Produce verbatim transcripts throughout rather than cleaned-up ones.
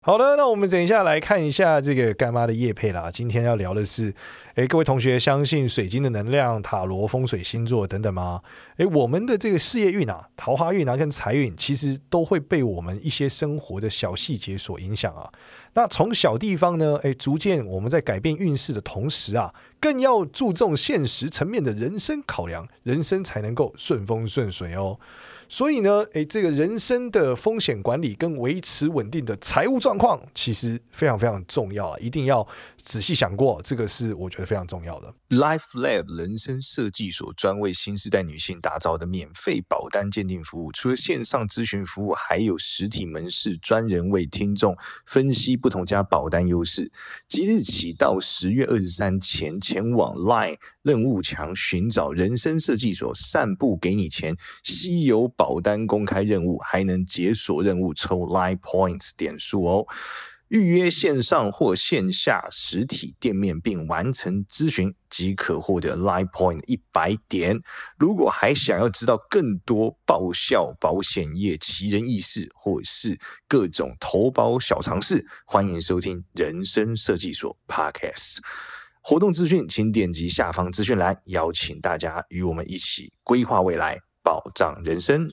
好的，那我们等一下来看一下这个干妈的业配啦。今天要聊的是，诶，各位同学相信水晶的能量、塔罗、风水、星座等等吗？诶，我们的这个事业运啊、桃花运啊跟财运，其实都会被我们一些生活的小细节所影响啊。那从小地方呢，诶，逐渐我们在改变运势的同时啊，更要注重现实层面的人生考量，人生才能够顺风顺水哦。所以呢，诶，这个人生的风险管理跟维持稳定的财务状况，其实非常非常重要啊，一定要仔细想过，这个是我觉得非常重要的。 Life Lab 人生设计所专为新世代女性打造的免费保单鉴定服务，除了线上咨询服务，还有实体门市专人为听众分析不同家保单优势。即日起到十月二十三前，前往 Line 任务墙寻找人生设计所，散步给你钱，稀有保单公开任务，还能解锁任务抽 Line Points 点数哦。预约线上或线下实体店面并完成咨询即可获得 Line Point 一百点。如果还想要知道更多报销保险业奇人异事或是各种投保小常识，欢迎收听人生设计所 Podcast。活动资讯请点击下方资讯栏，邀请大家与我们一起规划未来，保障人生。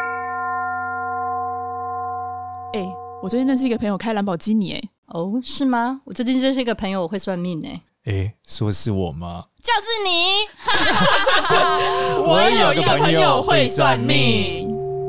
哎、欸，我最近认识一个朋友开兰博基尼。哎， 哦，是吗？我最近认识一个朋友，我会算命。哎， 哎，说是我吗？ 就是你。 我有一个朋友会算命。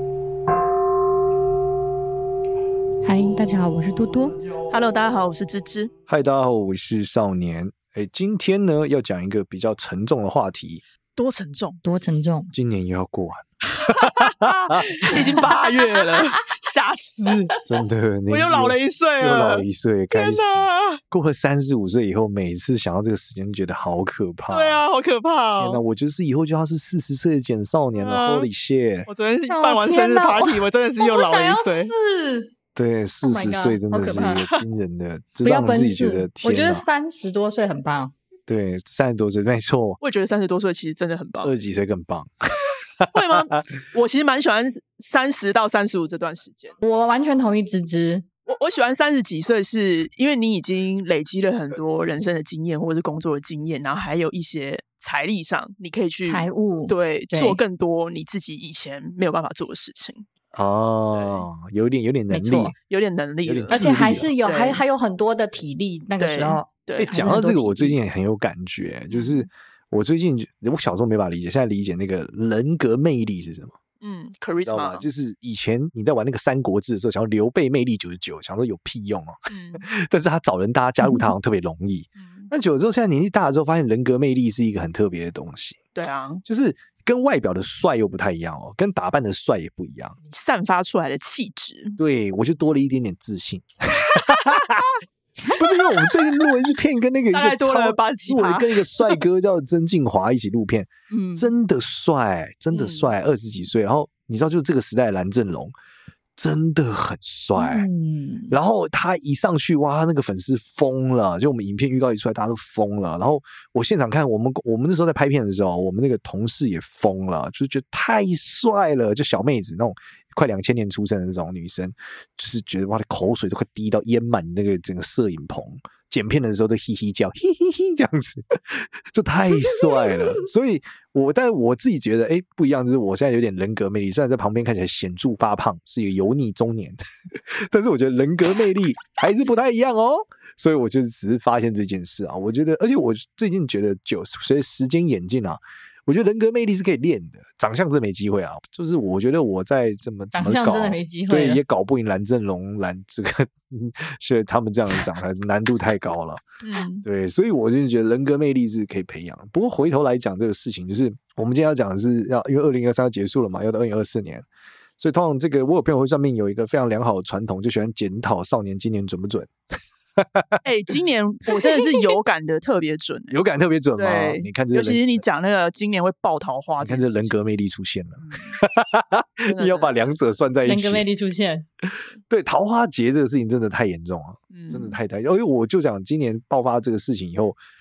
嗨，大家好，我是多多。 Hello， 大家好，我是芝芝。 嗨，大家好，我是少年。哎，今天呢要讲一个比较沉重的话题。 多沉重？ 多沉重？ 今年又要过完。 已经八月了，吓死！ 真的， 我又老了一岁了， 又老了一岁，该死！过了三十五岁以后，每次想到这个时间，就觉得好可怕。 对啊，好可怕哦！ 天哪，我就是以后就要是四十岁的简少年了。啊、Holy shit！ 我昨天办完生日 party， 我, 我真的是又老了一岁。 对，四十岁真的是一个惊人的，就让自己觉得天哪。 我觉得三十多岁很棒。 对，三十多岁没错。 我也觉得三十多岁其实真的很棒， 二十几岁更棒。 会吗？我其实蛮喜欢三十到三十五这段时间。 我完全同意芝芝。 我我喜欢三十几岁，是因为你已经累积了很多人生的经验，或者是工作的经验，然后还有一些财力上，你可以去财务对, 对做更多你自己以前没有办法做的事情。 哦，有点有点能力， 有点能力了， 而且还是有还还有很多的体力。那个时候， 对， 讲到这个，我最近也很有感觉，就是我最近我小时候没法理解，现在理解那个人格魅力是什么。 嗯 ，charisma 就是以前你在玩那个三国志的时候，想要刘备魅力九十九，想说有屁用哦。嗯、但是他找人大家加入他好像特别容易。嗯，那久了之后，现在年纪大了之后，发现人格魅力是一个很特别的东西。 对啊， 就是跟外表的帅又不太一样哦，跟打扮的帅也不一样。 你散发出来的气质， 对我就多了一点点自信。不是因为我们最近录了一片跟那个一个多了八七趴，跟一个帅哥叫曾敬骅一起录片， 嗯， 真的帅，真的帅，二十几岁，然后你知道，就是这个时代的蓝正龙真的很帅，嗯，然后他一上去，哇，他那个粉丝疯了，就我们影片预告一出来，大家都疯了。然后我现场看，我们我们那时候在拍片的时候，我们那个同事也疯了，就是觉得太帅了，就小妹子那种。快两千年出生的那种女生，就是觉得哇，口水都快滴到淹满那个整个摄影棚，剪片的时候都嘻嘻叫，嘿嘿嘿这样子，就太帅了。所以我，但是我自己觉得，哎，不一样，就是我现在有点人格魅力，虽然在旁边看起来显著发胖，是一个油腻中年，但是我觉得人格魅力还是不太一样哦。所以我就只是发现这件事啊，我觉得，而且我最近觉得，就随着时间演进啊。我觉得人格魅力是可以练的，长相真的没机会啊。就是我觉得我在怎么长相真的没机会， 对，也搞不赢蓝正龙、蓝这个，所以他们这样长得难度太高了。嗯，对，所以我就觉得人格魅力是可以培养。不过回头来讲这个事情，就是我们今天要讲的是要，因为二零二三要结束了嘛，要到二零二四年，所以通常这个我有朋友会算命，有一个非常良好的传统，就喜欢检讨少年今年准不准。 哎、欸，今年我真的是有感的特别准、欸， 有感特别准吗？ 对， 你看这， 尤其是你讲那个今年会爆桃花， 你看这人格魅力出现了，嗯、你要把两者算在一起。 人格魅力出现， 对，桃花劫这个事情真的太严重了，嗯、真的太太。因为我就讲今年爆发这个事情以后，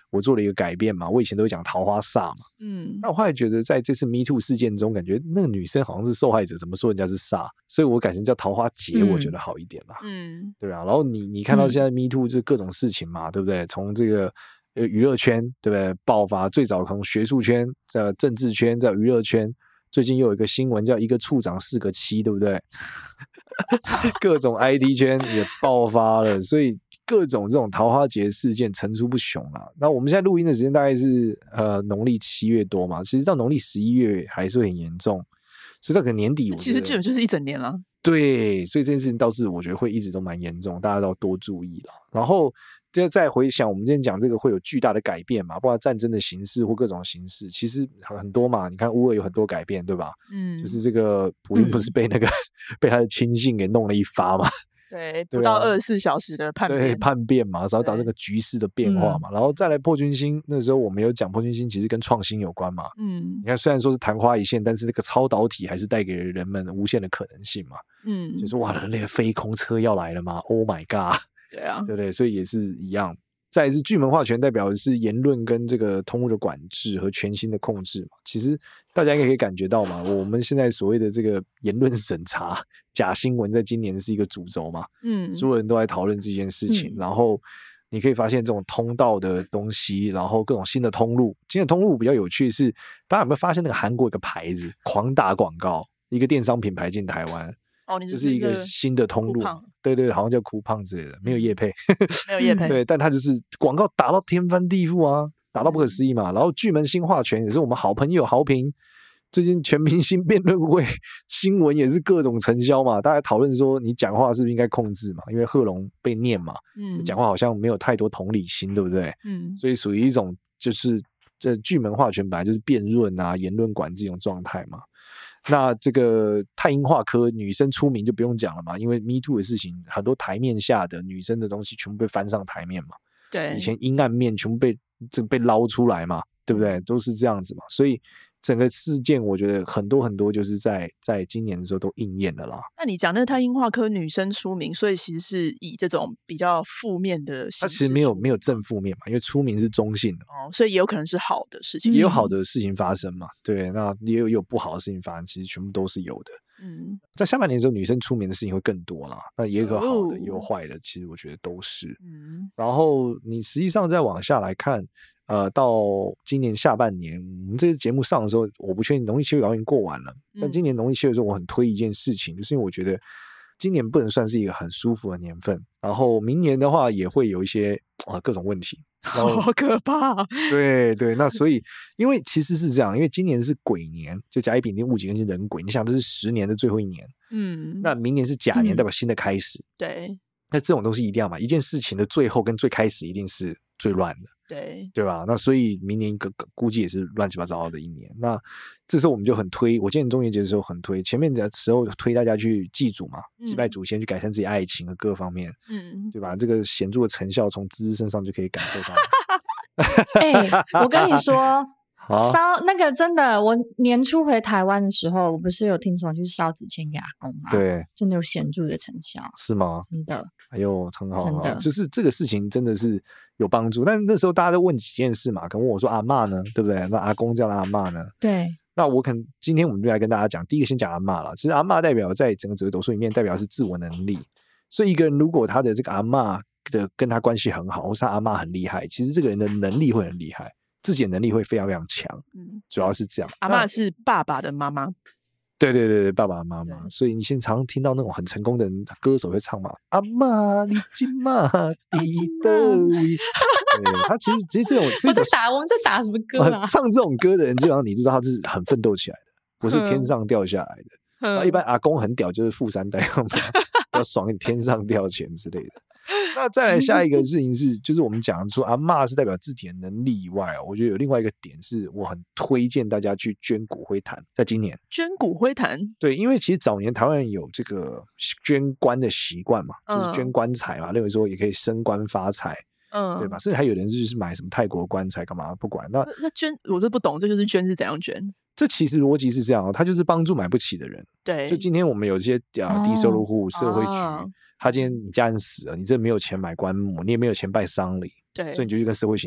我做了一个改变嘛，我以前都会讲桃花煞嘛，嗯，那我后来觉得在这次 Me Too 事件中，感觉那个女生好像是受害者，怎么说人家是煞，所以我改成叫桃花劫，我觉得好一点啦，嗯，对啊，然后你你看到现在 Me Too 就各种事情嘛，对不对？从这个呃娱乐圈对不对爆发，最早从学术圈、在政治圈、在娱乐圈。最近又有一个新闻叫一个处长四个妻，对不对？各种 I T 圈也爆发了，所以各种这种桃花劫事件层出不穷啦。那我们现在录音的时间大概是呃农历七月多嘛，其实到农历十一月还是会很严重，所以到可能年底我其实基本就是一整年了。 对，所以这件事情导致我觉得会一直都蛮严重，大家都要多注意了。然后就再回想我们今天讲这个会有巨大的改变嘛，不管战争的形式或各种形式，其实很多嘛。你看乌俄有很多改变，对吧？嗯，就是这个普丁不是被那个、嗯、被他的亲信给弄了一发嘛？ 对，不到二十四小时的叛变， 对叛变嘛，然后导致这个局势的变化嘛。然后再来破军星，那时候我们有讲破军星其实跟创新有关嘛。嗯，你看虽然说是昙花一现，但是这个超导体还是带给人们无限的可能性嘛。嗯，就是哇，人类的飞空车要来了吗 ？Oh my god！ 对啊， 对不对？所以也是一样。再来是巨门化权，代表的是言论跟这个通路的管制和全新的控制嘛。其实大家应该可以感觉到嘛，我们现在所谓的这个言论审查、假新闻，在今年是一个主轴嘛。嗯，所有人都在讨论这件事情，嗯、然后你可以发现这种通道的东西，然后各种新的通路。新的通路比较有趣的是，大家有没有发现那个韩国有个牌子狂打广告，一个电商品牌进台湾。 哦，你就是一个新的通路，对对，好像叫酷胖之类的，没有业配， 没有业配， 对，但它就是广告打到天翻地覆啊，打到不可思议嘛。然后巨门星化权也是我们好朋友豪平，最近全明星辩论会新闻也是各种承销嘛，大家讨论说你讲话是不是应该控制嘛，因为贺龙被念嘛，嗯，讲话好像没有太多同理心，对不对？嗯，所以属于一种就是这巨门化权本来就是辩论啊、言论管制这种状态嘛。那这个太阴化科女生出名就不用讲了嘛，因为 Me Too 的事情，很多台面下的女生的东西全部被翻上台面嘛。 对， 以前阴暗面全部被这个被捞出来嘛，对不对？都是这样子嘛，所以整个事件我觉得很多很多就是在在今年的时候都应验了啦。 那你讲那个太阴化科女生出名，所以其实是以这种比较负面的形式， 它其实没有没有正负面嘛，因为出名是中性的哦，所以也有可能是好的事情， 也有好的事情发生嘛。对，那也有也有不好的事情发生，其实全部都是有的。嗯，在下半年的时候，女生出名的事情会更多啦。那也有好的，也有坏的，其实我觉得都是。嗯，然后你实际上再往下来看。呃，到今年下半年，我们这个节目上的时候，我不确定农历七月已经过完了。嗯、但今年农历七月的时候，我很推一件事情，就是因为我觉得今年不能算是一个很舒服的年份。然后明年的话，也会有一些啊各种问题， 好可怕、啊。 对对，那所以因为其实是这样，因为今年是癸年，就甲乙丙丁戊己庚辛壬癸，你想这是十年的最后一年，嗯，那明年是甲年，代表新的开始。 嗯、对， 那这种东西一定要嘛，一件事情的最后跟最开始一定是最乱的。 对对吧？那所以明年估计也是乱七八糟的一年。那这时候我们就很推，我今年中元节的时候很推，前面的时候推大家去祭祖嘛，祭拜祖先，去改善自己爱情和各方面，嗯，对吧？这个显著的成效从芝芝身上就可以感受到。 哎、欸，我跟你说。烧那个真的，我年初回台湾的时候，我不是有听从去烧纸钱给阿公吗？ 对， 真的有显著的成效， 是吗？ 真的， 哎呦，很好， 真的， 就是这个事情真的是有帮助。但那时候大家都问几件事嘛，可能问我说阿嬷呢，对不对？那阿公叫他阿嬷呢？ 对。 那我可能今天我们就来跟大家讲，第一个先讲阿嬷了。其实阿嬷代表在整个紫微斗数里面，代表是自我能力。所以一个人如果他的这个阿嬷的跟他关系很好，或是他阿嬷很厉害，其实这个人的能力会很厉害。自己的能力会非常非常强，嗯，主要是这样。 阿嬷是爸爸的妈妈， 对对对对，爸爸的妈妈。所以你现在常听到那种很成功的人歌手会唱嘛，阿嬷你今嘛你的位，对，他其实其实这种这种我在打我们在打什么歌啊？ 唱这种歌的人，基本上你就知道他是很奋斗起来的，不是天上掉下来的。那一般阿公很屌，就是富三代，要爽天上掉钱之类的。那再来下一个事情是，就是我们讲说阿嬷是代表自己的能力以外、哦、我觉得有另外一个点是我很推荐大家去捐骨灰坛，在今年捐骨灰坛， 对，因为其实早年台湾人有这个捐棺的习惯嘛，就是捐棺材嘛，认为说也可以升官发财，嗯，对吧？甚至还有人就是买什么泰国棺材干嘛不管。那那捐我都不懂，这就是捐是怎样捐？ 这其实逻辑是这样哦，他就是帮助买不起的人。 对， 就今天我们有一些啊低收入户、社会局，哦、他今天你家人死了，你这没有钱买棺木，你也没有钱办丧礼， 对， 所以你就去跟社会局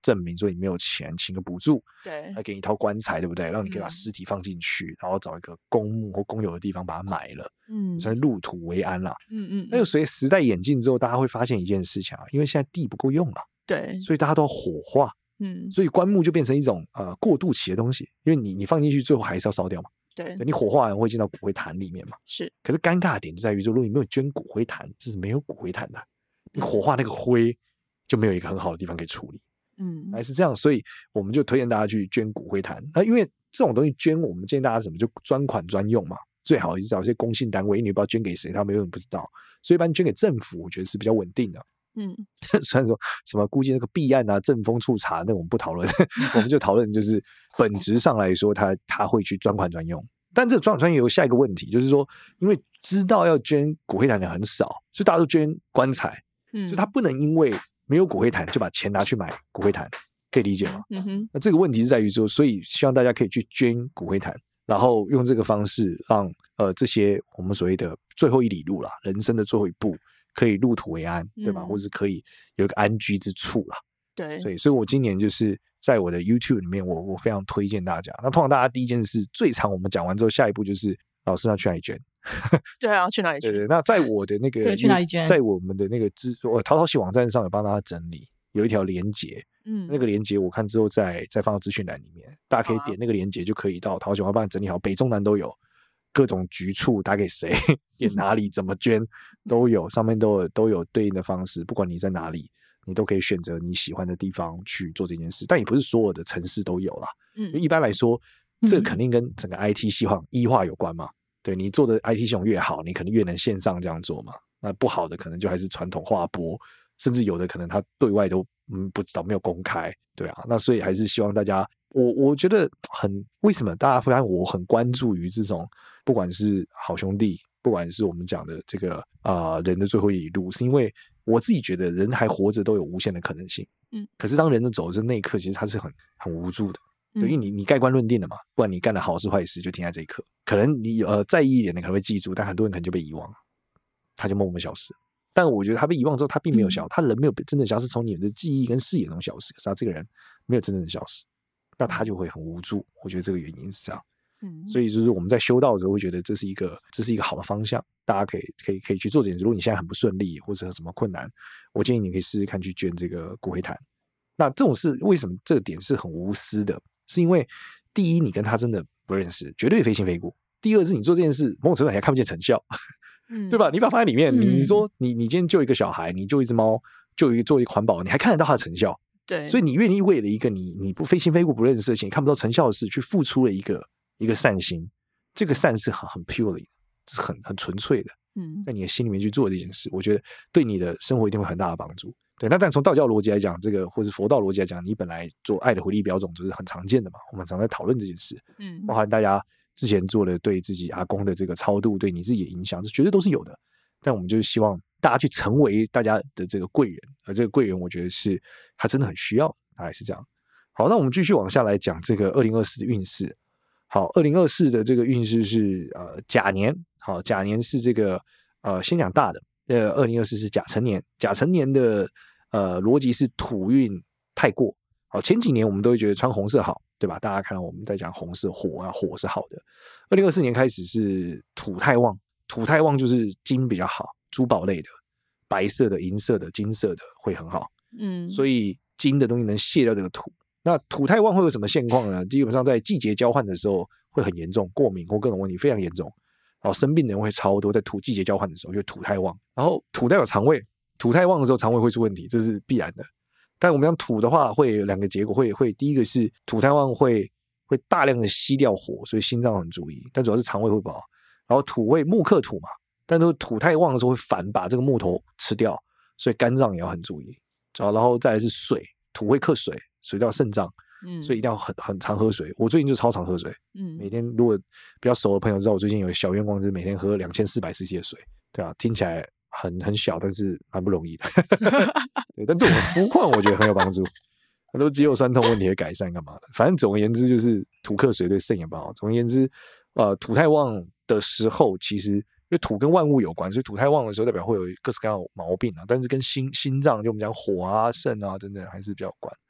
证明说你没有钱，请个补助， 对， 来给你一套棺材，对不对？让你可以把尸体放进去，嗯、然后找一个公墓或公有的地方把它埋了，嗯，算是入土为安啦。嗯嗯。但是随着时代演进之后，大家会发现一件事情啊，因为现在地不够用了， 对， 所以大家都要火化，嗯，所以棺木就变成一种呃过渡期的东西，因为你你放进去，最后还是要烧掉嘛。 对， 你火化完会进到骨灰坛里面嘛？ 是。 可是尴尬的点就在于说，如果你没有捐骨灰坛，这是没有骨灰坛的，你火化那个灰就没有一个很好的地方可以处理。嗯，还是这样，所以我们就推荐大家去捐骨灰坛。那因为这种东西捐，我们建议大家什么就专款专用嘛，最好是找一些公信单位，因为你不知道捐给谁，他们永远不知道，所以一般捐给政府，我觉得是比较稳定的。嗯，虽然说什么估计那个弊案啊、政风处查那我们不讨论，我们就讨论就是本质上来说，他他会去专款专用。但这个专款专用有下一个问题，就是说，因为知道要捐骨灰坛的很少，所以大家都捐棺材，嗯，所以他不能因为没有骨灰坛就把钱拿去买骨灰坛，可以理解吗？嗯哼。那这个问题是在于说，所以希望大家可以去捐骨灰坛，然后用这个方式让呃这些我们所谓的最后一里路啦，人生的最后一步。可以入土为安，对吧？嗯、或是可以有一个安居之处啦。 对， 所以，所以我今年就是在我的 YouTube 里面，我我非常推荐大家。那通常大家第一件事，最常我们讲完之后，下一步就是老师要去哪里捐？ 对啊，去哪里捐？ 对对。那在我的那个去哪里捐？ 在我们的那个资，我淘淘系网站上有帮大家整理，有一条连结。嗯，那个连结我看之后再再放到资讯栏里面，大家可以点那个连结就可以到淘淘系网站帮你整理好，北中南都有。各种局处打给谁，点哪里，怎么捐都有，上面都有都有对应的方式。不管你在哪里，你都可以选择你喜欢的地方去做这件事。但也不是所有的城市都有啦。嗯，一般来说，这肯定跟整个 I T 系统医化有关嘛。对你做的 I T 系统越好，你可能越能线上这样做嘛。那不好的可能就还是传统划拨，甚至有的可能它对外都嗯不知道，没有公开。对啊，那所以还是希望大家。我我觉得很为什么大家发现我很关注于这种不管是好兄弟，不管是我们讲的这个啊、呃、人的最后一里路，是因为我自己觉得人还活着都有无限的可能性。嗯，可是当人的走的那一刻，其实他是很很无助的，对，因为你你盖棺论定了嘛，不管你干的好事坏事就停在这一刻。可能你呃在意一点的可能会记住，但很多人可能就被遗忘了，他就默默消失。但我觉得他被遗忘之后，他并没有消，他人没有真的消失，从你的记忆跟视野中消失，可是他这个人没有真正的消失。那他就会很无助，我觉得这个原因是这样，嗯，所以就是我们在修道的时候会觉得这是一个这是一个好的方向，大家可以可以可以去做这件事。如果你现在很不顺利或者有什么困难，我建议你可以试试看去捐这个骨灰坛。那这种事为什么这个点是很无私的？是因为第一，你跟他真的不认识，绝对非亲非故；第二是你做这件事某种程度还看不见成效，嗯，对吧？你把它放在里面，你你说你你今天救一个小孩，你救一只猫，救一做一个环保，你还看得到它的成效。 对， 所以你愿意为了一个你你不非亲非故不认识的事情，你看不到成效的事，去付出了一个一个善心，这个善是很很 pure 的，是很很纯粹的。嗯，在你的心里面去做这件事，我觉得对你的生活一定会很大的帮助。对，那但从道教逻辑来讲，这个或是佛道逻辑来讲，你本来做爱的回力标种就是很常见的嘛，我们常在讨论这件事。嗯，包含大家之前做的对自己阿公的这个超度，对你自己的影响，这绝对都是有的。但我们就是希望大家去成为大家的这个贵人，而这个贵人我觉得是他真的很需要，大概是这样。好，那我们继续往下来讲这个二零二四的运势。好，二零二四的这个运势是呃甲年，好，甲年是这个呃先讲大的，呃二零二四是甲辰年，甲辰年的呃逻辑是土运太过。好，前几年我们都会觉得穿红色好，对吧？大家看到我们在讲红色火啊，火是好的。二零二四年开始是土太旺。土太旺就是金比较好，珠宝类的，白色的、银色的、金色的会很好。嗯，所以金的东西能卸掉这个土。那土太旺会有什么现况呢？基本上在季节交换的时候会很严重，过敏或各种问题非常严重。然后生病的人会超多，在土季节交换的时候，因为土太旺。然后土代表肠胃，土太旺的时候肠胃会出问题，这是必然的。但我们讲土的话，会有两个结果，会会第一个是土太旺会会大量的吸掉火，所以心脏很注意，但主要是肠胃会不好。然后土会木克土嘛，但是土太旺的时候会反把这个木头吃掉，所以肝脏也要很注意。然后再来是水，土会克水，水到肾脏，嗯，所以一定要很很常喝水。我最近就超常喝水，嗯，每天如果比较熟的朋友知道，我最近有小愿望就是每天喝两千四百 C C 的水，对啊，听起来很很小，但是蛮不容易的。对，但对我肤况我觉得很有帮助。很多肌肉酸痛问题会改善干嘛的？反正总而言之就是土克水对肾也不好。总而言之，呃，土太旺的时候，其实因为土跟万物有关，所以土太旺的时候代表会有各式各样的毛病啊。但是跟心心脏，就我们讲火啊、肾啊，真的还是比较有关。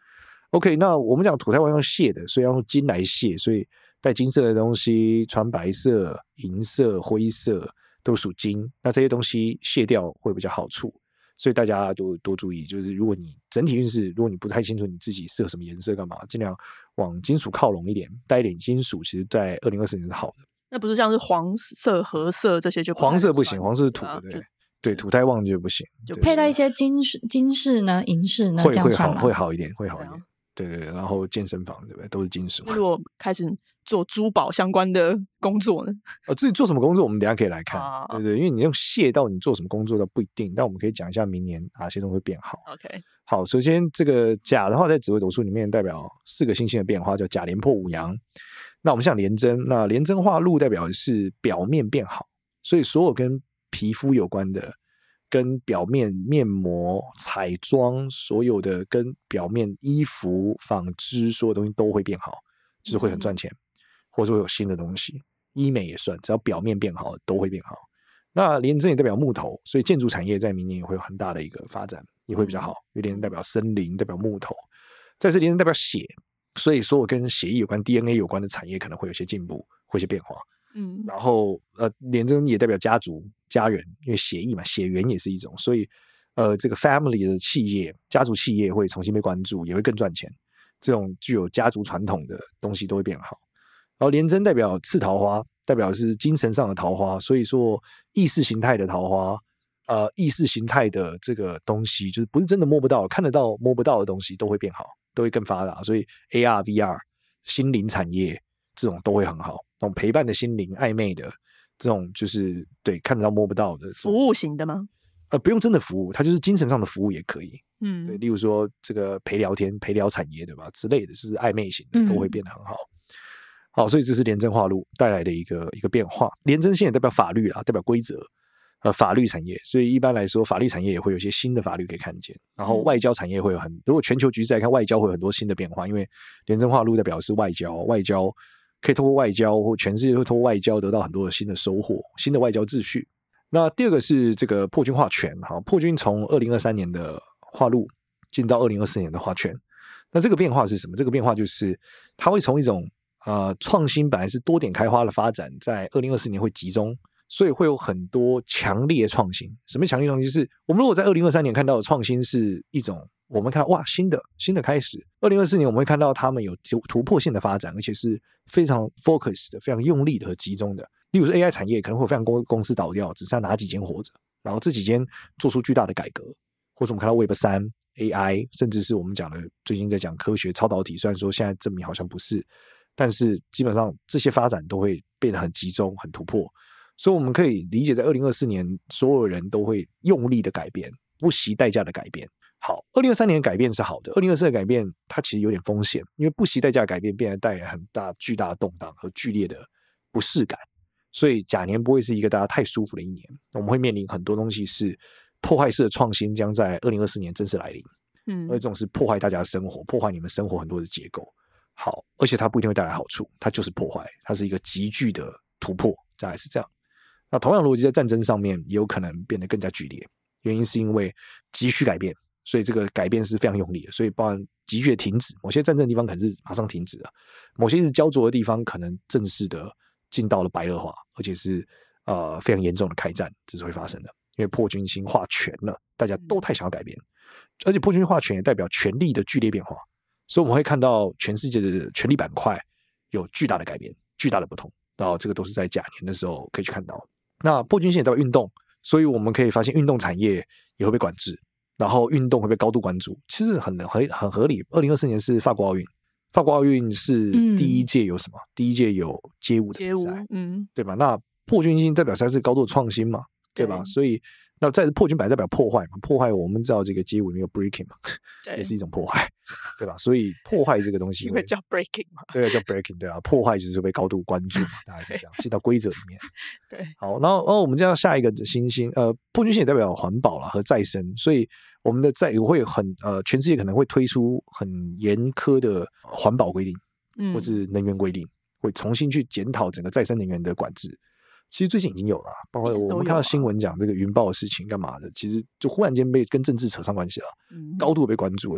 OK， 那我们讲土太旺用泄的，所以要用金来泄，所以带金色的东西，穿白色、银色、灰色都属金，那这些东西卸掉会比较好处，所以大家都多注意，就是如果你整体运势，如果你不太清楚你自己适合什么颜色干嘛，尽量往金属靠拢一点，带一点金属，其实在二零二四年是好的。 那不是像是黄色、褐色这些就不黄色不行，黄色是土的，对。对，土太旺就不行， 就配到一些金饰、金饰呢、银饰呢， 会这样算吗？ 会好，会好一点，会好一点。对对对，然后健身房对不对，都是金属。 如果开始做珠宝相关的工作呢？ 呃，自己做什么工作，我们等一下可以来看。 啊、 对对，因为你用泄到你做什么工作倒不一定，但我们可以讲一下明年哪些东西会变好。 OK， 好，首先这个甲的话，在紫微斗数里面代表四个星星的变化，叫甲廉破五阳。那我们像廉贞，那廉贞化禄代表的是表面变好，所以所有跟皮肤有关的。跟表面面膜、彩妆，所有的跟表面衣服、纺织，所有东西都会变好，就是会很赚钱，或者会有新的东西。医美也算，只要表面变好，都会变好。那廉贞也代表木头，所以建筑产业在明年也会有很大的一个发展，也会比较好。因为廉贞代表森林，代表木头，再是廉贞代表血，所以所有跟血液有关、D N A 有关的产业可能会有些进步，会有些变化。嗯，然后呃，廉贞也代表家族、家人，因为血液嘛，血缘也是一种，所以呃，这个 family 的企业、家族企业会重新被关注，也会更赚钱。这种具有家族传统的东西都会变好。然后廉贞代表次桃花，代表是精神上的桃花，所以说意识形态的桃花，呃，意识形态的这个东西，就是不是真的摸不到、看得到、摸不到的东西都会变好，都会更发达。所以 A R、V R、心灵产业这种都会很好。那种陪伴的心灵、暧昧的这种，就是对看得到摸不到的服务型的吗？ 呃，不用真的服务，它就是精神上的服务也可以。嗯，对，例如说这个陪聊天、陪聊产业，对吧？之类的，就是暧昧型的都会变得很好。嗯、好，所以这是廉贞化禄带来的一个一个变化。廉贞线也代表法律啦，代表规则，呃，法律产业。所以一般来说，法律产业也会有一些新的法律可以看见。然后外交产业会有很，如果全球局势来看，外交会有很多新的变化，因为廉贞化禄代表的是外交，外交。可以透过外交，或全世界会透过外交得到很多的新的收获，新的外交秩序。那第二个是这个破军化权，哈，破军从二零二三年的化禄进到二零二四年的化权。那这个变化是什么？这个变化就是它会从一种呃创新本来是多点开花的发展，在二零二四年会集中，所以会有很多强烈创新。什么强烈创新？就是我们如果在二零二三年看到的创新是一种。我们看到哇，新的新的开始。二零二四年我们会看到他们有突破性的发展，而且是非常 focus 的、非常用力的和集中的。例如说 A I 产业可能会有非常多公司倒掉，只剩下哪几间活着，然后这几间做出巨大的改革，或者我们看到 Web 三、A I， 甚至是我们讲的最近在讲科学超导体，虽然说现在证明好像不是，但是基本上这些发展都会变得很集中、很突破。所以我们可以理解，在二零二四年，所有人都会用力的改变，不惜代价的改变。好，二零二三年改变是好的，二零二四的改变它其实有点风险，因为不惜代价的改变，变得带来很大巨大的动荡和剧烈的不适感，所以甲年不会是一个大家太舒服的一年，我们会面临很多东西是破坏式的创新将在二零二四年正式来临，嗯，而这种是破坏大家的生活，破坏你们生活很多的结构。好，而且它不一定会带来好处，它就是破坏，它是一个急剧的突破，大概是这样。那同样逻辑在战争上面也有可能变得更加剧烈，原因是因为急需改变。所以这个改变是非常用力的，所以包含急剧的停止，某些战争的地方可能是马上停止了，某些是焦灼的地方可能正式的进到了白热化，而且是呃非常严重的开战，这是会发生的。因为破军星化权了，大家都太想要改变，而且破军化权也代表权力的剧烈变化，所以我们会看到全世界的权力板块有巨大的改变，巨大的不同。然后这个都是在甲年的时候可以去看到。那破军星也代表运动，所以我们可以发现运动产业也会被管制。然后运动会被高度关注，其实很很很合理。二零二四年是法国奥运，法国奥运是第一届有什么？嗯、第一届有街舞的比赛，嗯，对吧？那破军星代表它是高度的创新嘛，对吧？对，所以那在破军本来代表破坏嘛，破坏我们知道这个街舞里面有 breaking 嘛，也是一种破坏，对吧？所以破坏这个东西因为叫 breaking 嘛， 对，叫 breaking， 对啊，破坏就是被高度关注嘛，大概是这样，进到规则里面。 对， 好，然后然后我们就要下一个星星，呃，破军星也代表环保啦和再生，所以我们的再会很呃，全世界可能会推出很严苛的环保规定，嗯，或是能源规定，会重新去检讨整个再生能源的管制。其实最近已经有了，包括我们看到新闻讲这个云豹的事情干嘛的，其实就忽然间被跟政治扯上关系了，嗯、高度被关注了，对吧？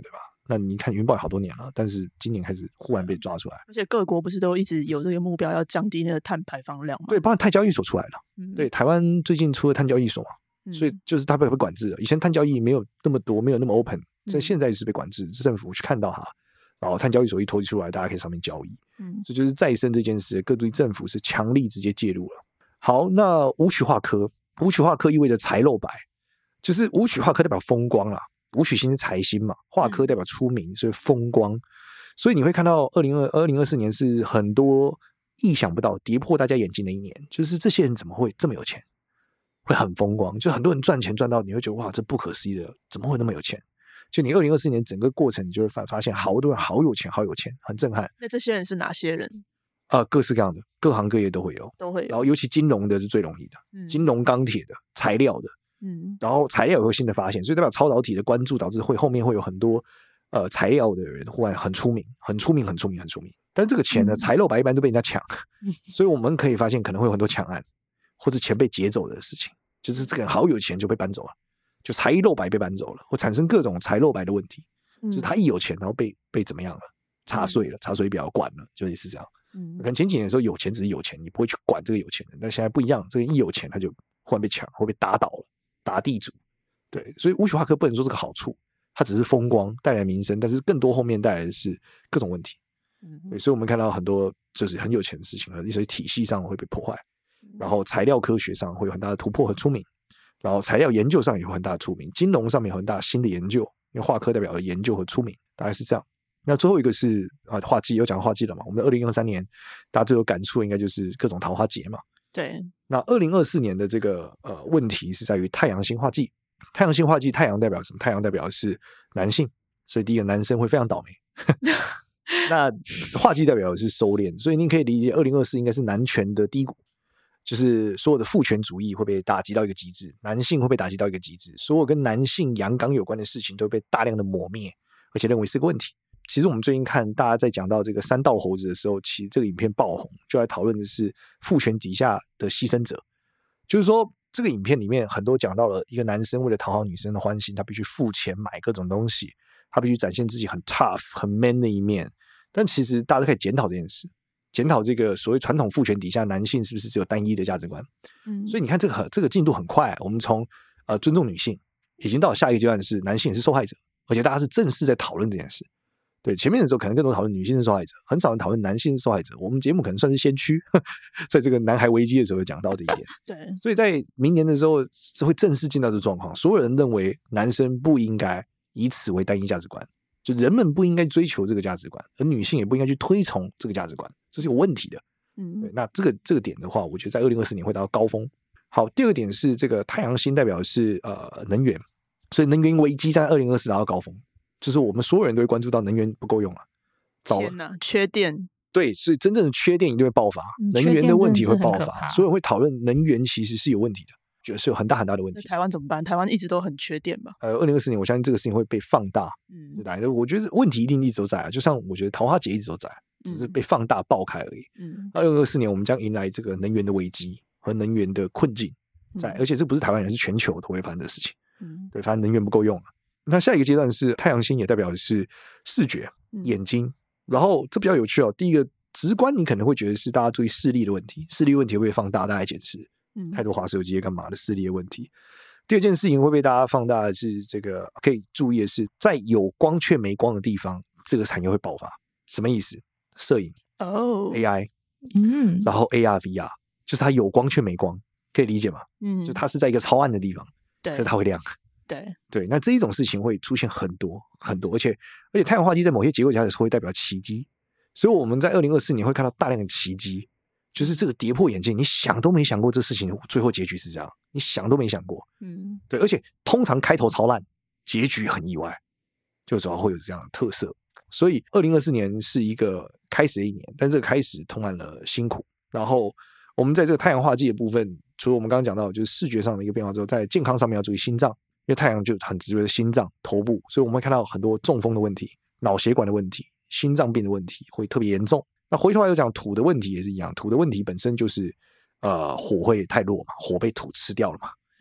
那你看云豹好多年了，但是今年开始忽然被抓出来， 而且各国不是都一直有这个目标要降低那个碳排放量吗？ 对，包括碳交易所出来了，嗯、对，台湾最近出了碳交易所嘛，嗯、所以就是它被被管制了。以前碳交易没有那么多，没有那么 open， 在现在是被管制，是政府去看到它，然后碳交易所一推出来，大家可以上面交易。嗯，这就是再生这件事，各地政府是强力直接介入了。好，那武曲化科，武曲化科意味着财漏白，就是武曲化科代表风光啦，武曲星是财星嘛，化科代表出名，所以风光。所以你会看到二零二四年是很多意想不到、跌破大家眼镜的一年，就是这些人怎么会这么有钱，会很风光，就很多人赚钱赚到你会觉得哇，这不可思议的，怎么会那么有钱？就你二零二四年整个过程，你就会发发现好多人好有钱，好有钱，很震撼。 那这些人是哪些人？ 呃，各式各样的，各行各业都会有， 都会有。 然后尤其金融的是最容易的，嗯、金融、钢铁的、材料的，嗯，然后材料有新的发现，所以代表超导体的关注，导致会后面会有很多呃材料的人忽然很出名，很出名，很出名，很出名。但这个钱呢，财漏白一般都被人家抢，嗯、所以我们可以发现可能会有很多抢案，或者钱被劫走的事情，就是这个人好有钱就被搬走了，就财漏白被搬走了，或产生各种财漏白的问题。就是他一有钱，然后被被怎么样了？查税了，查水表管了，就类似这样。嗯，可能前几年的时候有钱只是有钱，你不会去管这个有钱人，但现在不一样，这个一有钱他就忽然被抢，或被打倒了，打地主。对，所以武曲化科不能说是个好处，它只是风光带来名声，但是更多后面带来的是各种问题。嗯，对，所以我们看到很多就是很有钱的事情，一些体系上会被破坏，然后材料科学上会有很大的突破和出名，然后材料研究上也有很大的出名，金融上面有很大新的研究。因为化科代表的研究和出名，大概是这样。那最后一个是啊，化忌有讲化忌了嘛？我们的二零二三年大家最有感触，应该就是各种桃花劫嘛。 对。那二零二四年的这个呃问题是在于太阳星化忌，太阳星化忌，太阳代表什么？太阳代表的是男性，所以第一个男生会非常倒霉。那化忌代表的是收敛，所以您可以理解二零二四应该是男权的低谷。就是所有的父权主义会被打击到一个极致，男性会被打击到一个极致，所有跟男性阳刚有关的事情都被大量的抹灭，而且认为是个问题。其实我们最近看大家在讲到这个三道猴子的时候，其实这个影片爆红，就来讨论的是父权底下的牺牲者。就是说这个影片里面很多讲到了一个男生为了讨好女生的欢心，他必须付钱买各种东西，他必须展现自己很 tough 很 man 的一面，但其实大家都可以检讨这件事，检讨这个所谓传统父权底下男性是不是只有单一的价值观。嗯，所以你看这个这个进度很快，我们从呃尊重女性已经到下一个阶段是男性也是受害者，而且大家是正式在讨论这件事。对，前面的时候可能更多讨论女性是受害者，很少人讨论男性是受害者。我们节目可能算是先驱，在这个男孩危机的时候有讲到这一点。 对， 所以在明年的时候是会正式进到这个状况，所有人认为男生不应该以此为单一价值观，就人们不应该追求这个价值观，而女性也不应该去推崇这个价值观，这是有问题的。嗯，对，那这个这个点的话，我觉得在二零二四年会达到高峰。好，第二个点是这个太阳星代表的是呃能源，所以能源危机在二零二四达到高峰。就是我们所有人都会关注到能源不够用了，糟了， 天哪，缺电。 对，所以真正的缺电一定会爆发，嗯、能源的问题会爆发，所有人会讨论能源其实是有问题的，觉得是有很大很大的问题。 台湾怎么办？台湾一直都很缺电吧？ 呃，二零二四年我相信这个事情会被放大，嗯，对吧？我觉得问题一定一直都在啊，就像我觉得桃花劫一直都在，只是被放大爆开而已。嗯，二零二四年我们将迎来这个能源的危机和能源的困境在，嗯、而且这不是台湾人，是全球都会发生的事情。嗯，对，反正能源不够用了。那下一个阶段是太阳星，也代表的是视觉、眼睛。嗯、然后这比较有趣哦。第一个直观，你可能会觉得是大家注意视力的问题，视力问题会被放大，大家检视，嗯，太多滑手机干嘛的视力的问题。第二件事情会被大家放大的是这个可以注意的是，在有光却没光的地方，这个产业会爆发。什么意思？摄影哦 ，A I， 嗯，然后 A R V R， 就是它有光却没光，可以理解吗？嗯，就它是在一个超暗的地方，对，可是它会亮。 对对，那这一种事情会出现很多很多，而且而且太阳化忌在某些结构下会代表奇迹，所以我们在二零二四年会看到大量的奇迹，就是这个跌破眼镜，你想都没想过这事情最后结局是这样，你想都没想过，嗯，对，而且通常开头超烂，结局很意外，就主要会有这样的特色，所以二零二四年是一个开始的一年，但这个开始充满了辛苦，然后我们在这个太阳化忌的部分，除了我们刚刚讲到就是视觉上的一个变化之后，在健康上面要注意心脏。因为太阳就很直接的心脏、头部，所以我们会看到很多中风的问题、脑血管的问题、心脏病的问题会特别严重。那回头来又讲土的问题也是一样，土的问题本身就是呃火会太弱嘛，火被土吃掉了嘛，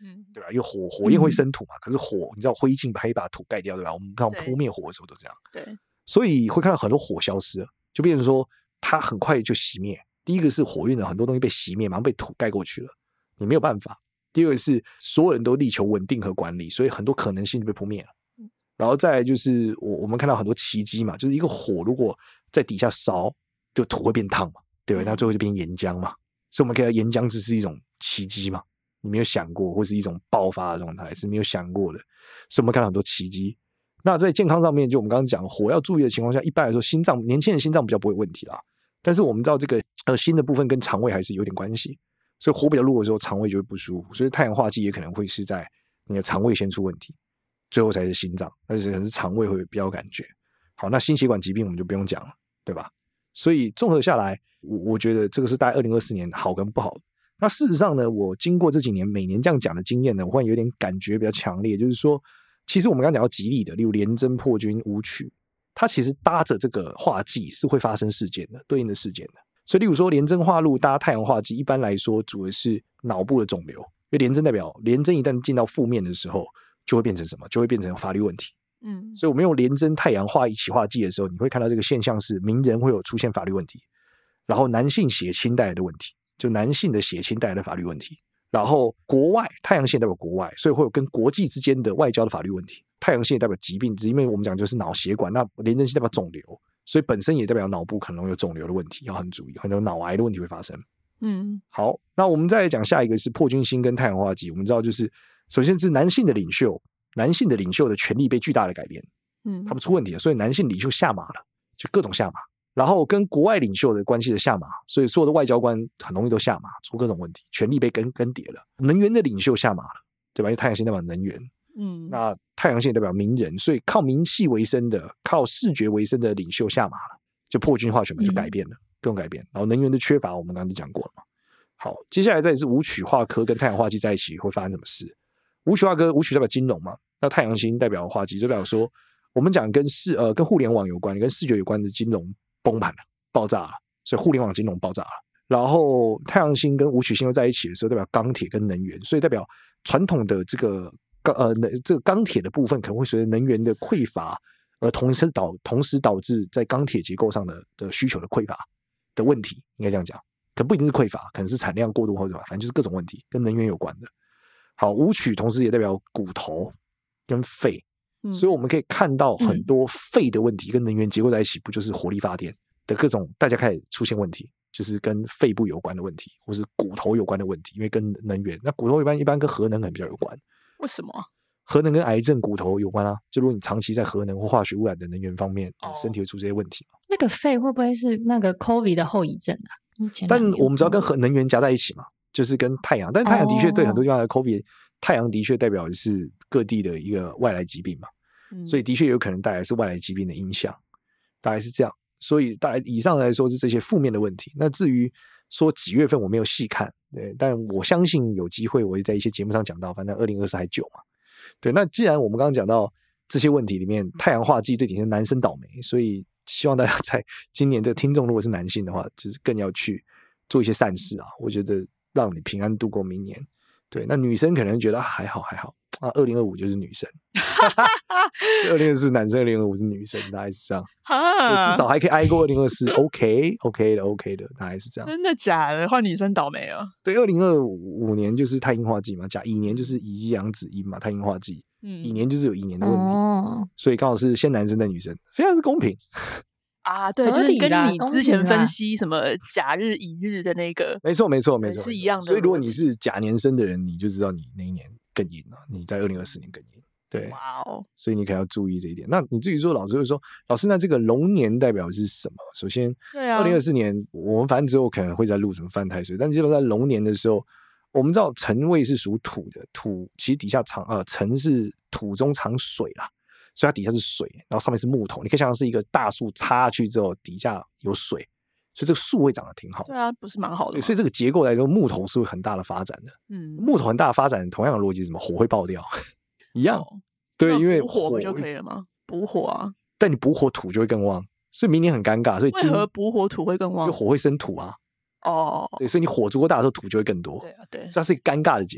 嗯， 对吧？因为火火焰会生土嘛，可是火你知道灰烬可以把土盖掉，对吧？我们刚扑灭火的时候都这样， 对， 所以会看到很多火消失了，就变成说它很快就熄灭。第一个是火运的很多东西被熄灭，马上被土盖过去了，你没有办法。第二个是所有人都力求稳定和管理，所以很多可能性就被扑灭了。然后再来就是我我们看到很多奇迹嘛，就是一个火如果在底下烧，就土会变烫嘛，对吧？那最后就变岩浆嘛，所以我们可以看到岩浆只是一种奇迹嘛，你没有想过，或是一种爆发的状态是没有想过的，所以我们看到很多奇迹。那在健康上面，就我们刚刚讲火要注意的情况下，一般来说心脏年轻人心脏比较不会有问题啦，但是我们知道这个呃心的部分跟肠胃还是有点关系，所以火比较弱的时候肠胃就会不舒服，所以太阳化忌也可能会是在你的肠胃先出问题，最后才是心脏，而且可能是肠胃会比较有感觉。好，那心血管疾病我们就不用讲了，对吧？所以综合下来，我我觉得这个是大概二零二四年好跟不好的。那事实上呢，我经过这几年每年这样讲的经验呢，我会有点感觉比较强烈，就是说其实我们刚刚讲到吉利的，例如廉贞、破军、武曲，它其实搭着这个化忌是会发生事件的，对应的事件的。所以例如说廉贞化禄搭太阳化忌，一般来说主要是脑部的肿瘤，因为廉贞代表廉贞一旦进到负面的时候，就会变成什么？就会变成法律问题。嗯，所以我们用廉贞太阳化一起化忌的时候，你会看到这个现象是名人会有出现法律问题，然后男性血亲带来的问题，就男性的血亲带来的法律问题，然后国外太阳线代表国外，所以会有跟国际之间的外交的法律问题。太阳线代表疾病，因为我们讲就是脑血管，那廉贞星代表肿瘤，所以本身也代表脑部可能有肿瘤的问题，要很注意，很多脑癌的问题会发生。嗯，好，那我们再来讲下一个是破军星跟太阳化忌。我们知道就是首先是男性的领袖，男性的领袖的权力被巨大的改变，嗯，他们出问题了，所以男性领袖下马了，就各种下马。然后跟国外领袖的关系的下马，所以所有的外交官很容易都下马，出各种问题，权力被更更迭了。能源的领袖下马了，对吧？因为太阳星代表能源，嗯，那太阳星代表名人，所以靠名气为生的、靠视觉为生的领袖下马了，就破军化权嘛，就改变了，各种改变。然后能源的缺乏，我们刚刚就讲过了嘛。好，接下来再是武曲化科跟太阳化忌在一起会发生什么事？武曲化科，武曲代表金融嘛，那太阳星代表化忌，就代表说我们讲跟视呃跟互联网有关、跟视觉有关的金融崩盘了，爆炸了，所以互联网金融爆炸了。然后太阳星跟武曲星又在一起的时候，代表钢铁跟能源，所以代表传统的这个呃这个钢铁的部分可能会随着能源的匮乏，而同时导同时导致在钢铁结构上的的需求的匮乏的问题，应该这样讲，可不一定是匮乏，可能是产量过度或者反正就是各种问题跟能源有关的。好，武曲同时也代表骨头跟肺。所以我们可以看到很多肺的问题跟能源结构在一起，不就是火力发电的各种，大家开始出现问题，就是跟肺部有关的问题，或是骨头有关的问题，因为跟能源，那骨头一般一般跟核能很比较有关。 为什么？ 核能跟癌症、骨头有关啊，就如果你长期在核能或化学污染的能源方面，你身体会出这些问题。 那个肺会不会是那个 COVID 的后遗症啊？ 但我们知道跟核能源夹在一起嘛，就是跟太阳，但太阳的确对很多地方的 COVID， 太阳的确代表的是各地的一个外来疾病嘛。所以的确有可能带来是外来疾病的影响，大概是这样。所以大概以上来说是这些负面的问题。那至于说几月份我没有细看，对，但我相信有机会我会在一些节目上讲到，反正二零二四还久嘛。对，那既然我们刚刚讲到这些问题里面，太阳化忌对顶是男生倒霉，所以希望大家在今年的听众如果是男性的话，就是更要去做一些善事啊，我觉得让你平安度过明年。对，那女生可能觉得、啊、还好还好啊，二零二五就是女生。二零二四男生，二零二五是女生，大概是这样。至少还可以挨过二零二四 ，OK OK 的 OK 的，大概是这样。 真的假的？换女生倒霉了。 对，二零二五年就是太阴化忌嘛，甲乙年就是乙阳子阴嘛，太阴化忌。嗯，乙年就是有乙年的问题，哦、所以刚好是先男生再女生，非常是公平。 啊，对，就是跟你之前分析什么甲日、乙日的那个， 没错没错没错， 是一样的。 所以如果你是甲年生的人，你就知道你那一年更阴了，你在二零二四年更阴。对， 哇哦！所以你可能要注意这一点。那你至于说，老师会说，老师，那这个龙年代表的是什么？首先， 对啊， 二零二四年我们反正之后可能会在录什么犯太岁，但基本上在龙年的时候，我们知道辰位是属土的，土其实底下藏呃辰是土中藏水啦，所以它底下是水，然后上面是木头，你可以想象是一个大树插下去之后，底下有水，所以这个树会长得挺好。 对啊，不是蛮好的。 所以这个结构来说，木头是会很大的发展的。嗯，木头很大的发展，同样的逻辑是什么？火会爆掉，一样。哦对，因为补火不就可以了吗？补火啊， 但你补火土就会更旺，所以明年很尴尬。所以为何补火土会更旺？ 因为火会生土啊。 哦， 对，所以你火足够大的时候，土就会更多。 对啊，对， 所以它是一个尴尬的结构。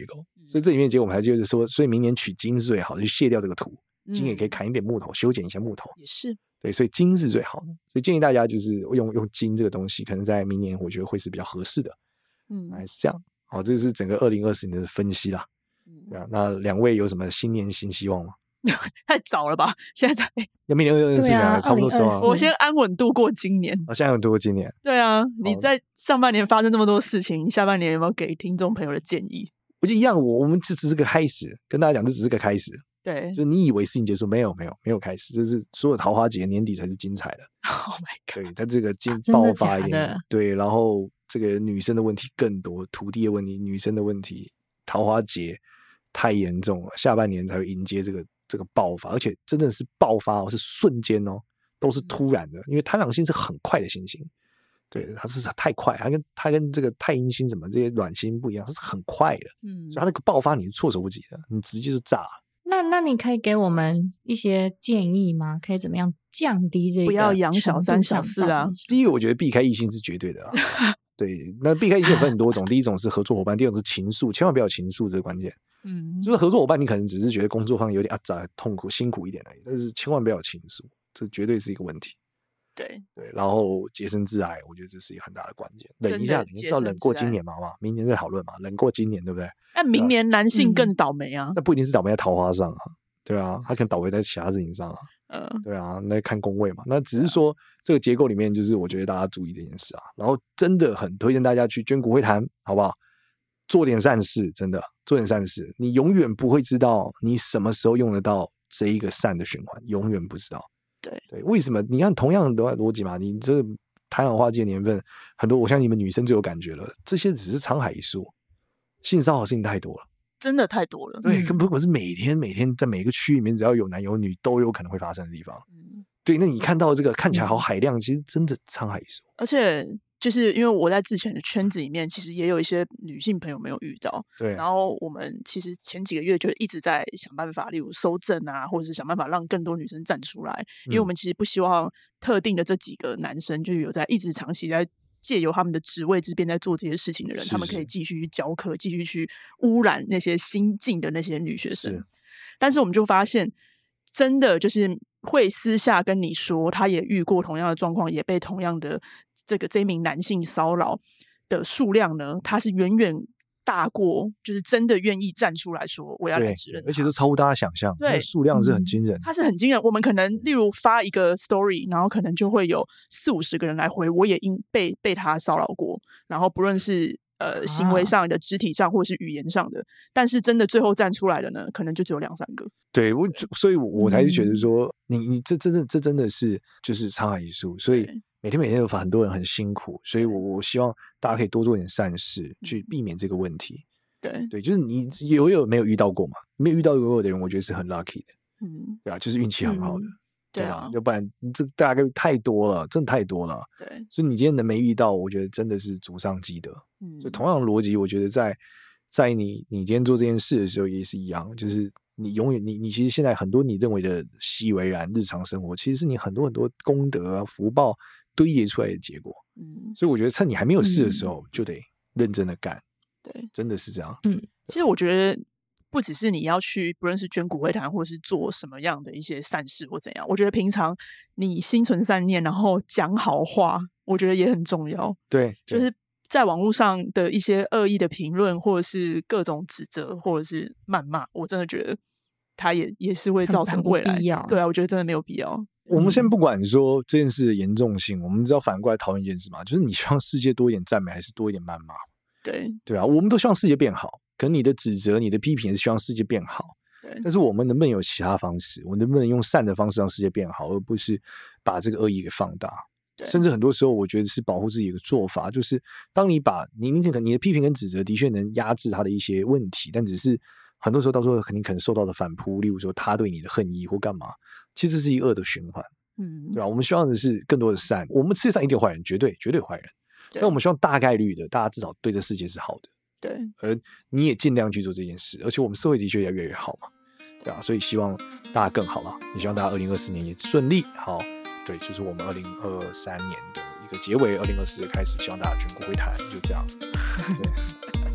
所以这里面结果我们还就是说，所以明年取金是最好的，去卸掉这个土，金也可以砍一点木头，修剪一下木头， 也是对，所以金是最好的，所以建议大家就是用用金这个东西，可能在明年我觉得会是比较合适的，嗯，还是这样。好，这是整个二零二四年的分析啦，对啊，那两位有什么新年新希望吗？ 太早了吧，现在才要明年二零二四年、啊、差不多时候、啊、 我先安稳度过今年。 哦，现在安稳度过今年。 对啊，你在上半年发生这么多事情，下半年有没有给听众朋友的建议？ 我觉得一样，我我们这只是个开始，跟大家讲这只是个开始。 对， 就你以为事情结束，没有没有没有开始，就是所有桃花节年底才是精彩的。 Oh my god！ 对，它这个金爆发一点， 的的对，然后这个女生的问题更多，土地的问题，女生的问题，桃花节太严重了，下半年才会迎接这个这个爆发，而且真的是爆发哦，是瞬间哦，都是突然的，因为太阳星是很快的星星。对，它是太快，它跟它跟这个太阴星什么这些卵星不一样，它是很快的，嗯，所以它那个爆发你是措手不及的，你直接就炸了。 那那你可以给我们一些建议吗？可以怎么样降低这个？ 不要养小三小四啊！ 第一个，我觉得避开异性是绝对的啊。对，那避开异性分很多种，第一种是合作伙伴，第二种是情愫，千万不要有情愫，这是关键。嗯，就是合作伙伴，你可能只是觉得工作上有点啊杂、痛苦、辛苦一点而已，但是千万不要有情愫，这绝对是一个问题。 对对，然后洁身自爱，我觉得这是一个很大的关键。忍一下，你知道忍过今年嘛？好不好？明年再讨论嘛。忍过今年，对不对？ 那明年男性更倒霉啊！ 那、嗯、不一定是倒霉在桃花上啊，对啊，他可能倒霉在其他事情上啊。嗯，对啊，那看宫位嘛。那只是说、啊、这个结构里面，就是我觉得大家注意这件事啊。然后真的很推荐大家去捐骨灰坛，好不好？做点善事，真的做点善事，你永远不会知道你什么时候用得到这一个善的循环，永远不知道。 对对，为什么？你看同样的逻辑嘛，你这个太阳花季的年份，很多我相信你们女生最有感觉了，这些只是沧海一粟，性骚扰事情太多了， 真的太多了。 对，根本不是每天每天在每个区域里面，只要有男有女都有可能会发生的地方。嗯，对，那你看到这个看起来好海量，嗯、其实真的沧海一粟， 而且。就是因为我在之前的圈子里面，其实也有一些女性朋友没有遇到， 对。 然后我们其实前几个月就一直在想办法，例如搜证啊，或者是想办法让更多女生站出来，因为我们其实不希望特定的这几个男生就有在一直长期在借由他们的职位之便在做这些事情的人， 是是他们可以继续去教课，继续去污染那些新进的那些女学生。但是我们就发现，真的就是会私下跟你说，他也遇过同样的状况，也被同样的这个这名男性骚扰的数量呢，他是远远大过就是真的愿意站出来说我要来指认， 而且是超乎大家想象， 对， 数量是很惊人、嗯， 它是很惊人。我们可能例如发一个 story， 然后可能就会有四五十个人来回，我也因被被他骚扰过，然后不论是呃行为上的、肢体上或是语言上的，但是真的最后站出来的呢，可能就只有两三个。 对，我所以我才是觉得说，嗯、你你这真的这真的是就是沧海一粟，所以每天每天有很多人很辛苦，所以我我希望大家可以多做点善事，去避免这个问题。 对对，就是你有有没有遇到过嘛？没有遇到过的人，我觉得是很 lucky 的，嗯，对啊，就是运气很好的，嗯、对啊，要不然这大概太多了，真的太多了， 对， 所以你今天能没遇到，我觉得真的是祖上积德。嗯，就同样的逻辑，我觉得在在你你今天做这件事的时候也是一样，就是你永远你你其实现在很多你认为的习以为然日常生活，其实是你很多很多功德啊福报堆叠出来的结果。嗯，所以我觉得趁你还没有事的时候，嗯、就得认真的干。 对， 真的是这样。 嗯，其实我觉得不只是你要去，不论是捐骨灰坛，或是做什么样的一些善事或怎样，我觉得平常你心存善念，然后讲好话，我觉得也很重要。 对， 就是在网络上的一些恶意的评论，或者是各种指责，或者是谩骂，我真的觉得它也也是会造成未来。对啊，我觉得真的没有必要。 我们先不管说这件事的严重性，我们只要反过来讨论一件事嘛，就是你希望世界多一点赞美，还是多一点谩骂？ 对对啊，我们都希望世界变好，可能你的指责、你的批评是希望世界变好， 对。 但是我们能不能有其他方式？我们能不能用善的方式让世界变好，而不是把这个恶意给放大？ 对。 甚至很多时候，我觉得是保护自己的一个做法，就是当你把你你可能你的批评跟指责的确能压制他的一些问题，但只是很多时候到时候你可能受到的反扑，例如说他对你的恨意或干嘛，其实是一个恶的循环。嗯，对吧？我们希望的是更多的善。我们世界上一定有坏人，绝对绝对有坏人。但我们希望大概率的，大家至少对这世界是好的。 对， 而你也尽量去做这件事，而且我们社会的确也越来越好嘛，对啊，所以希望大家更好啦，也希望大家二零二四年也顺利。好，对，就是我们二零二三年的一个结尾，二零二四开始，希望大家捐骨灰坛，就这样。对，大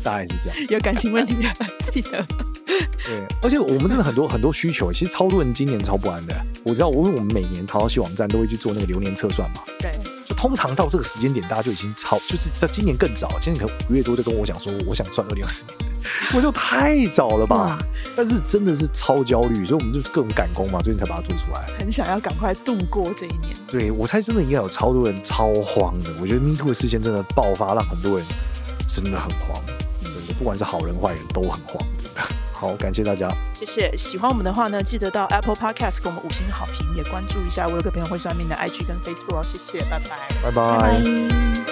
大概是这样。 有感情问题的记得。 对，而且我们真的很多很多需求，其实超多人今年超不安的。我知道，因为我们每年淘淘系网站都会去做那个流年测算嘛。 对。 就通常到这个时间点，大家就已经超，就是在今年更早，今年可能五月多就跟我讲说，我想算二零二四年，我就太早了吧？但是真的是超焦虑，所以我们就各种赶工嘛，最近才把它做出来。 很想要赶快度过这一年。 对，我猜真的应该有超多人超慌的。我觉得 Me Too 的事件真的爆发，让很多人真的很慌，真的不管是好人坏人都很慌，真的。好，感谢大家， 谢谢。喜欢我们的话呢，记得到 Apple Podcast 给我们五星好评，也关注一下我有个朋友会算命的 I G 跟 Facebook 哦。谢谢，拜拜， 拜拜。 拜拜。